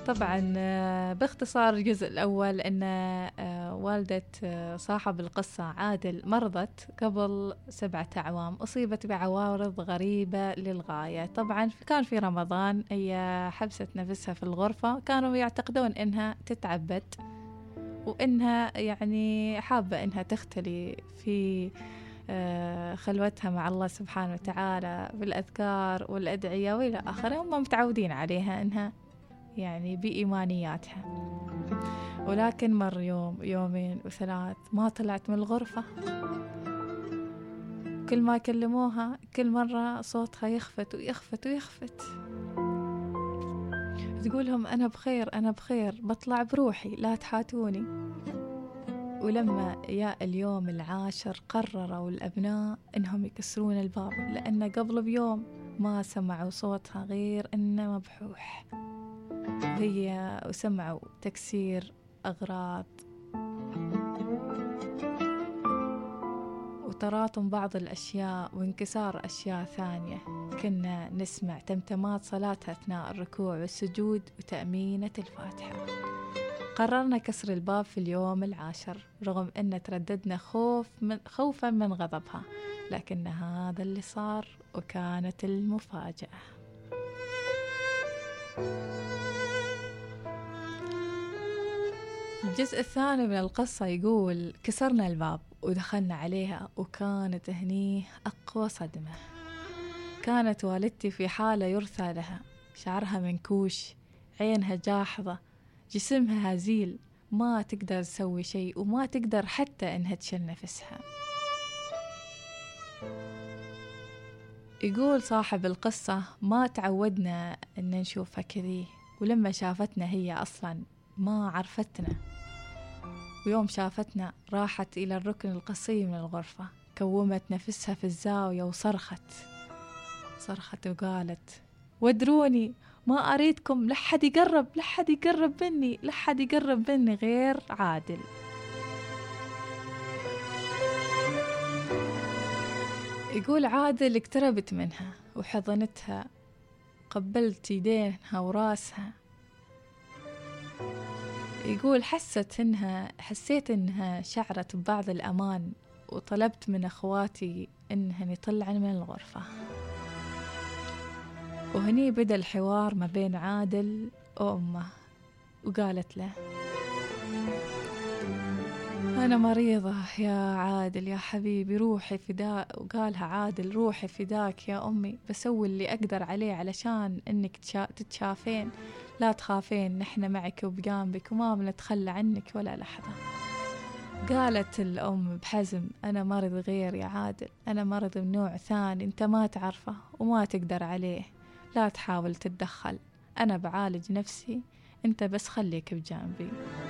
طبعا باختصار الجزء الأول أن والدة صاحب القصة عادل مرضت قبل 7 أعوام، أصيبت بعوارض غريبة للغاية. طبعا كان في رمضان، هي حبست نفسها في الغرفة، كانوا يعتقدون أنها تتعبد وأنها يعني حابة أنها تختلي في خلوتها مع الله سبحانه وتعالى بالأذكار والأدعية وإلى آخره. هم متعودين عليها أنها يعني بإيمانياتها، ولكن مر يوم 2 و3 ما طلعت من الغرفة. كل ما كلموها كل مرة صوتها يخفت ويخفت ويخفت، تقولهم أنا بخير أنا بخير، بطلع بروحي لا تحاتوني. ولما جاء اليوم 10 قرروا الأبناء إنهم يكسرون الباب، لأن قبل بيوم ما سمعوا صوتها غير إنه مبحوح، وسمعوا تكسير أغراض وتراطم بعض الأشياء وانكسار أشياء ثانية. كنا نسمع تمتمات صلاتها أثناء الركوع والسجود وتأمينة الفاتحة. قررنا كسر الباب في اليوم 10 رغم أن ترددنا خوفا من غضبها، لكن هذا اللي صار وكانت المفاجأة. الجزء الثاني من القصة يقول كسرنا الباب ودخلنا عليها، وكانت هني أقوى صدمة. كانت والدتي في حالة يرثى لها، شعرها منكوش، عينها جاحظة، جسمها هزيل، ما تقدر تسوي شيء وما تقدر حتى إنها تشل نفسها. يقول صاحب القصة ما تعودنا إن نشوفها كذي، ولما شافتنا هي أصلا ما عرفتنا، ويوم شافتنا راحت إلى الركن القصي من الغرفة، كومت نفسها في الزاوية وصرخت وقالت ودروني، ما أريدكم، لحد يقرب مني غير عادل. يقول عادل اقتربت منها وحضنتها، قبلت يدينها وراسها. يقول حسيت إنها شعرت ببعض الأمان، وطلبت من أخواتي إنهن يطلعن من الغرفة. وهني بدأ الحوار ما بين عادل وأمه، وقالت له أنا مريضة يا عادل يا حبيبي، روحي فداك. وقالها عادل روحي فداك يا أمي، بسوي اللي أقدر عليه علشان إنك تتشافين، لا تخافين، نحن معك وبجانبك وما بنتخلى عنك ولا لحظة. قالت الأم بحزم أنا مرض غير يا عادل، أنا مرض من نوع ثاني أنت ما تعرفه وما تقدر عليه، لا تحاول تتدخل، أنا بعالج نفسي، أنت بس خليك بجانبي.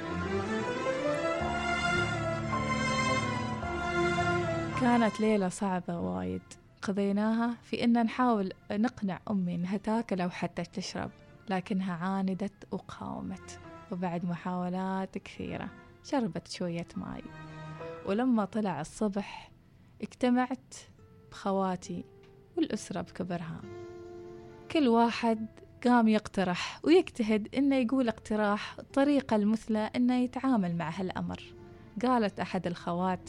كانت ليلة صعبة وايد، قضيناها في إن نحاول نقنع أمي إنها تاكل أو حتى تشرب، لكنها عاندت وقاومت، وبعد محاولات كثيرة شربت شوية ماء. ولما طلع الصبح اجتمعت بخواتي والأسرة بكبرها، كل واحد قام يقترح ويجتهد إنه يقول اقتراح الطريقة المثلى إنه يتعامل مع هالأمر. قالت أحد الخوات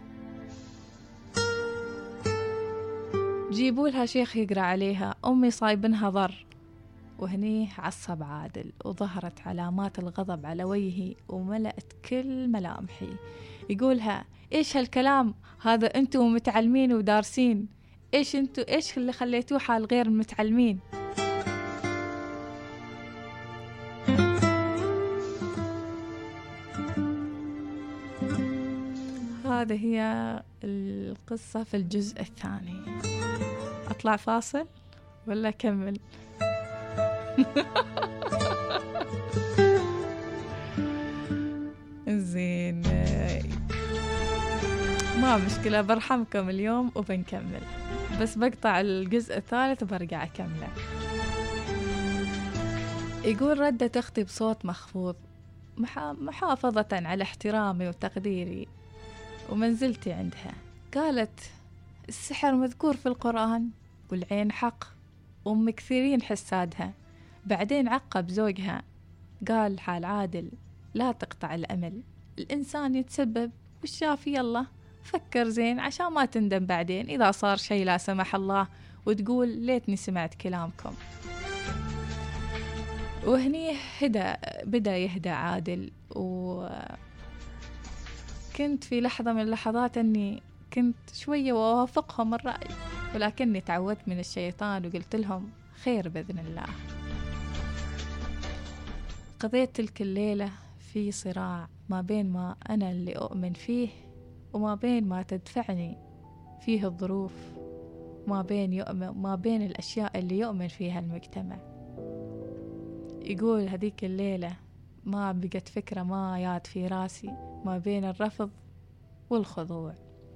جيبوا لها شيخ يقرأ عليها، أمي صايبنها ضر. وهني عصب عادل وظهرت علامات الغضب على وجهي وملأت كل ملامحي. يقولها إيش هالكلام هذا، أنتم متعلمين ودارسين، إيش اللي خليتوه حال غير المتعلمين؟ هذه هي القصة في الجزء الثاني. أطلع فاصل ولا أكمل؟ زين، ما مشكلة، برحمكم اليوم وبنكمل، بس بقطع الجزء الثالث وبرجع أكمله. يقول ردت أختي بصوت مخفوض محافظة على احترامي وتقديري ومنزلتي عندها. قالت السحر مذكور في القرآن والعين حق، ومكثرين حسادها. بعدين عقب زوجها قال حال عادل: لا تقطع الأمل، الإنسان يتسبب والشافي يلا، فكر زين عشان ما تندم بعدين إذا صار شيء لا سمح الله وتقول ليتني سمعت كلامكم. وهني بدأ يهدى عادل، وكنت في لحظة من اللحظات أني كنت شوية ووافقهم الرأي، ولكني تعودت من الشيطان وقلت لهم خير بإذن الله. قضيت تلك الليلة في صراع ما بين ما أنا اللي أؤمن فيه وما بين ما تدفعني فيه الظروف، ما بين الأشياء اللي يؤمن فيها المجتمع. يقول هذيك الليلة ما بقت فكرة ما ياد في راسي ما بين الرفض والخضوع.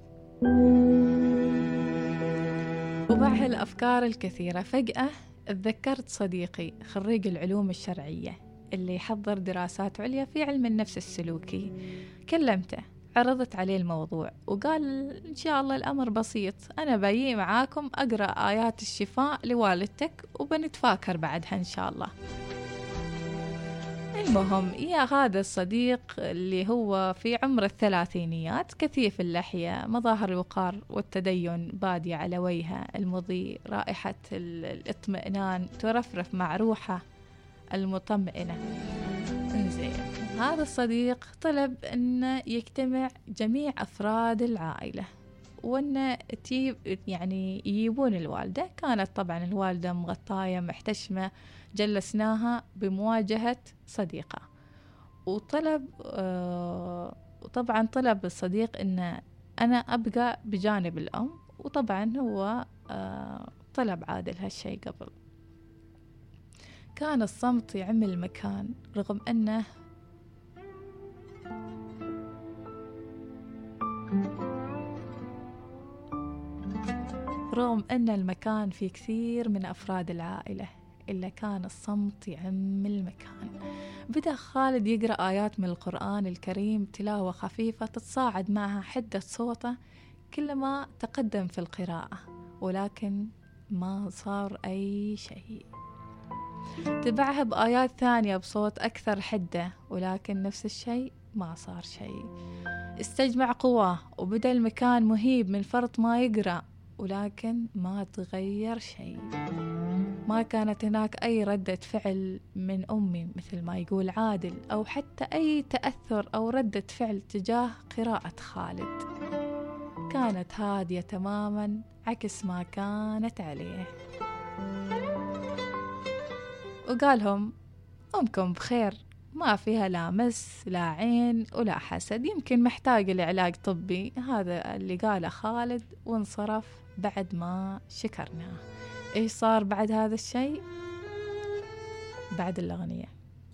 ومع هالأفكار الكثيرة فجأة اتذكرت صديقي خريج العلوم الشرعية اللي يحضر دراسات عليا في علم النفس السلوكي. كلمته، عرضت عليه الموضوع وقال إن شاء الله الأمر بسيط، أنا بايي معاكم أقرأ آيات الشفاء لوالدتك وبنتفاكر بعدها إن شاء الله. المهم يا هذا الصديق اللي هو في عمر الثلاثينيات، كثيف اللحية، مظاهر الوقار والتدين بادية على وجهه المضي، رائحة الاطمئنان ترفرف مع روحه المطمئنة. انزين، هذا الصديق طلب أن يجتمع جميع أفراد العائلة وأن يجيبون الوالدة. كانت طبعا الوالدة مغطاية محتشمة، جلسناها بمواجهة صديقة، وطلب طبعا طلب الصديق أن أنا أبقى بجانب الأم، وطبعا هو طلب عادل هالشي قبل. كان الصمت يعم المكان رغم أن المكان فيه كثير من أفراد العائلة، إلا كان الصمت يعم المكان. بدأ خالد يقرأ آيات من القرآن الكريم تلاوة خفيفة تتصاعد معها حدة صوته كلما تقدم في القراءة، ولكن ما صار أي شيء. تبعها بآيات ثانية بصوت أكثر حدة، ولكن نفس الشيء، ما صار شيء. استجمع قواه وبدأ المكان مهيب من فرط ما يقرأ، ولكن ما تغير شيء. ما كانت هناك أي ردة فعل من أمي مثل ما يقول عادل، أو حتى أي تأثر أو ردة فعل تجاه قراءة خالد. كانت هادية تماما عكس ما كانت عليه. وقالهم أمكم بخير، ما فيها لا مس لا عين ولا حسد، يمكن محتاج لعلاج طبي. هذا اللي قاله خالد وانصرف بعد ما شكرناه. إيش صار بعد هذا الشيء؟ بعد الأغنية.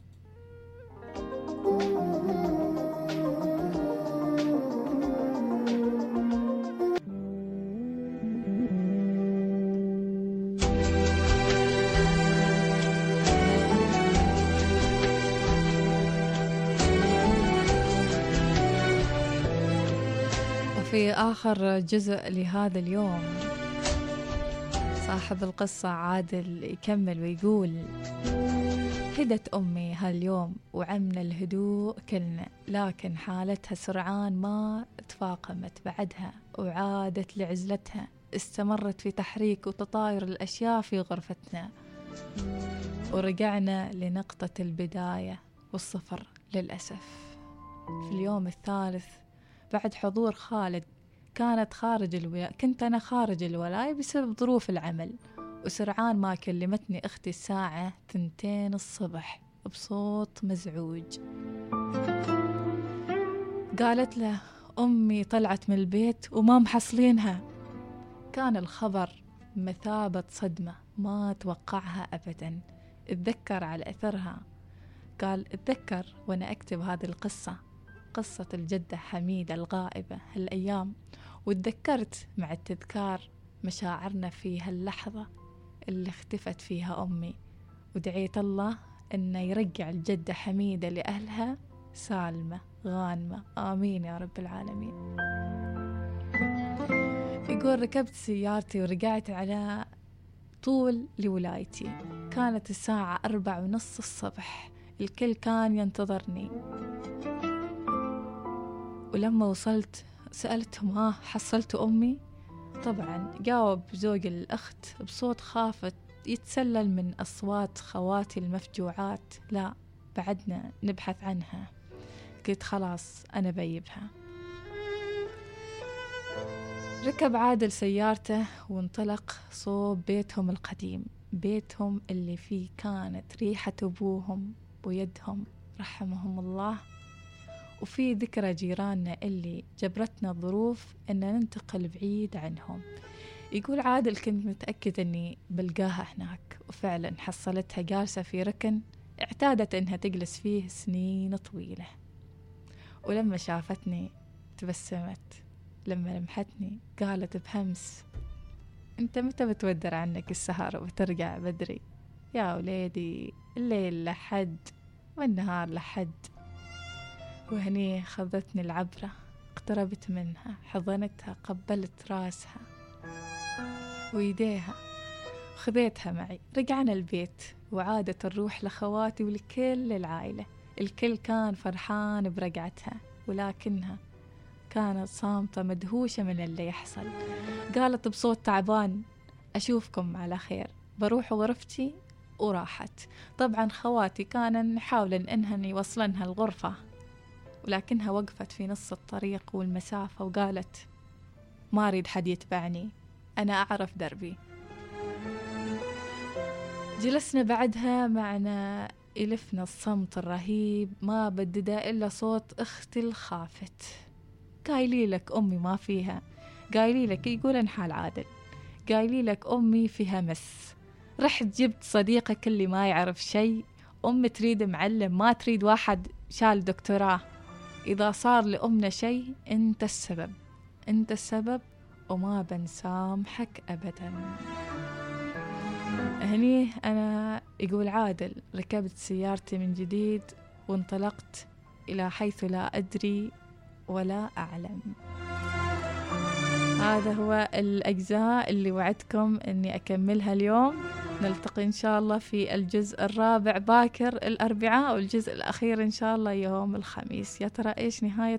وفي آخر جزء لهذا اليوم صاحب القصة عادل يكمل ويقول: هدت أمي هاليوم وعمنا الهدوء كلنا، لكن حالتها سرعان ما تفاقمت بعدها وعادت لعزلتها. استمرت في تحريك وتطاير الأشياء في غرفتنا، ورجعنا لنقطة البداية والصفر للأسف. في اليوم الثالث بعد حضور خالد كنت أنا خارج الولاية بسبب ظروف العمل، وسرعان ما كلمتني أختي الساعة 2 الصبح بصوت مزعوج. قالت له أمي طلعت من البيت وما محصلينها. كان الخبر مثابة صدمة ما توقعها أبدا. اتذكر على أثرها، قال اتذكر وأنا أكتب هذه القصة، قصة الجدة حميدة الغائبة هالأيام، وتذكرت مع التذكار مشاعرنا في هاللحظة اللي اختفت فيها أمي، ودعيت الله إنه يرجع الجدة حميدة لأهلها سالمة غانمة، آمين يا رب العالمين. يقول ركبت سيارتي ورجعت على طول لولايتي. كانت الساعة 4:30 الصبح. الكل كان ينتظرني. ولما وصلت سألتهم حصلتوا أمي؟ طبعا جاوب زوج الأخت بصوت خافت يتسلل من أصوات خواتي المفجوعات: لا، بعدنا نبحث عنها. قلت خلاص أنا بجيبها. ركب عادل سيارته وانطلق صوب بيتهم القديم، بيتهم اللي فيه كانت ريحة أبوهم ويدهم رحمهم الله، وفي ذكرى جيراننا اللي جبرتنا الظروف أن ننتقل بعيد عنهم. يقول عادل كنت متأكد أني بلقاها هناك، وفعلا حصلتها جالسة في ركن اعتادت أنها تجلس فيه سنين طويلة. ولما شافتني تبسمت، لما لمحتني قالت بهمس: أنت متى بتودر عنك السهر وترجع بدري؟ يا وليدي الليل لحد والنهار لحد. وهني خذتني العبرة، اقتربت منها، حضنتها، قبلت راسها ويديها، خذيتها معي. رجعنا البيت وعادت الروح لخواتي ولكل العائلة. الكل كان فرحان برجعتها، ولكنها كانت صامتة مدهوشة من اللي يحصل. قالت بصوت تعبان: أشوفكم على خير، بروح غرفتي. وراحت. طبعا خواتي كانن حاولن إنهن يوصلنها الغرفة، ولكنها وقفت في نص الطريق والمسافة وقالت: ما أريد حد يتبعني، أنا أعرف دربي. جلسنا بعدها معنا، إلفنا الصمت الرهيب، ما بدده إلا صوت أختي الخافت: قايلي لك أمي ما فيها، قايلي لك يقولن حال عادل، قايلي لك أمي فيها مس. رحت جبت صديقك اللي ما يعرف شيء. أم تريد معلم، ما تريد واحد شال دكتوراه. إذا صار لأمنا شيء أنت السبب، أنت السبب، وما بنسامحك أبدا. هني أنا يقول عادل ركبت سيارتي من جديد وانطلقت إلى حيث لا أدري ولا أعلم. هذا هو الأجزاء اللي وعدتكم أني أكملها اليوم. نلتقي إن شاء الله في الجزء الرابع باكر الأربعاء، والجزء الأخير إن شاء الله يوم الخميس. يا ترى إيش نهاية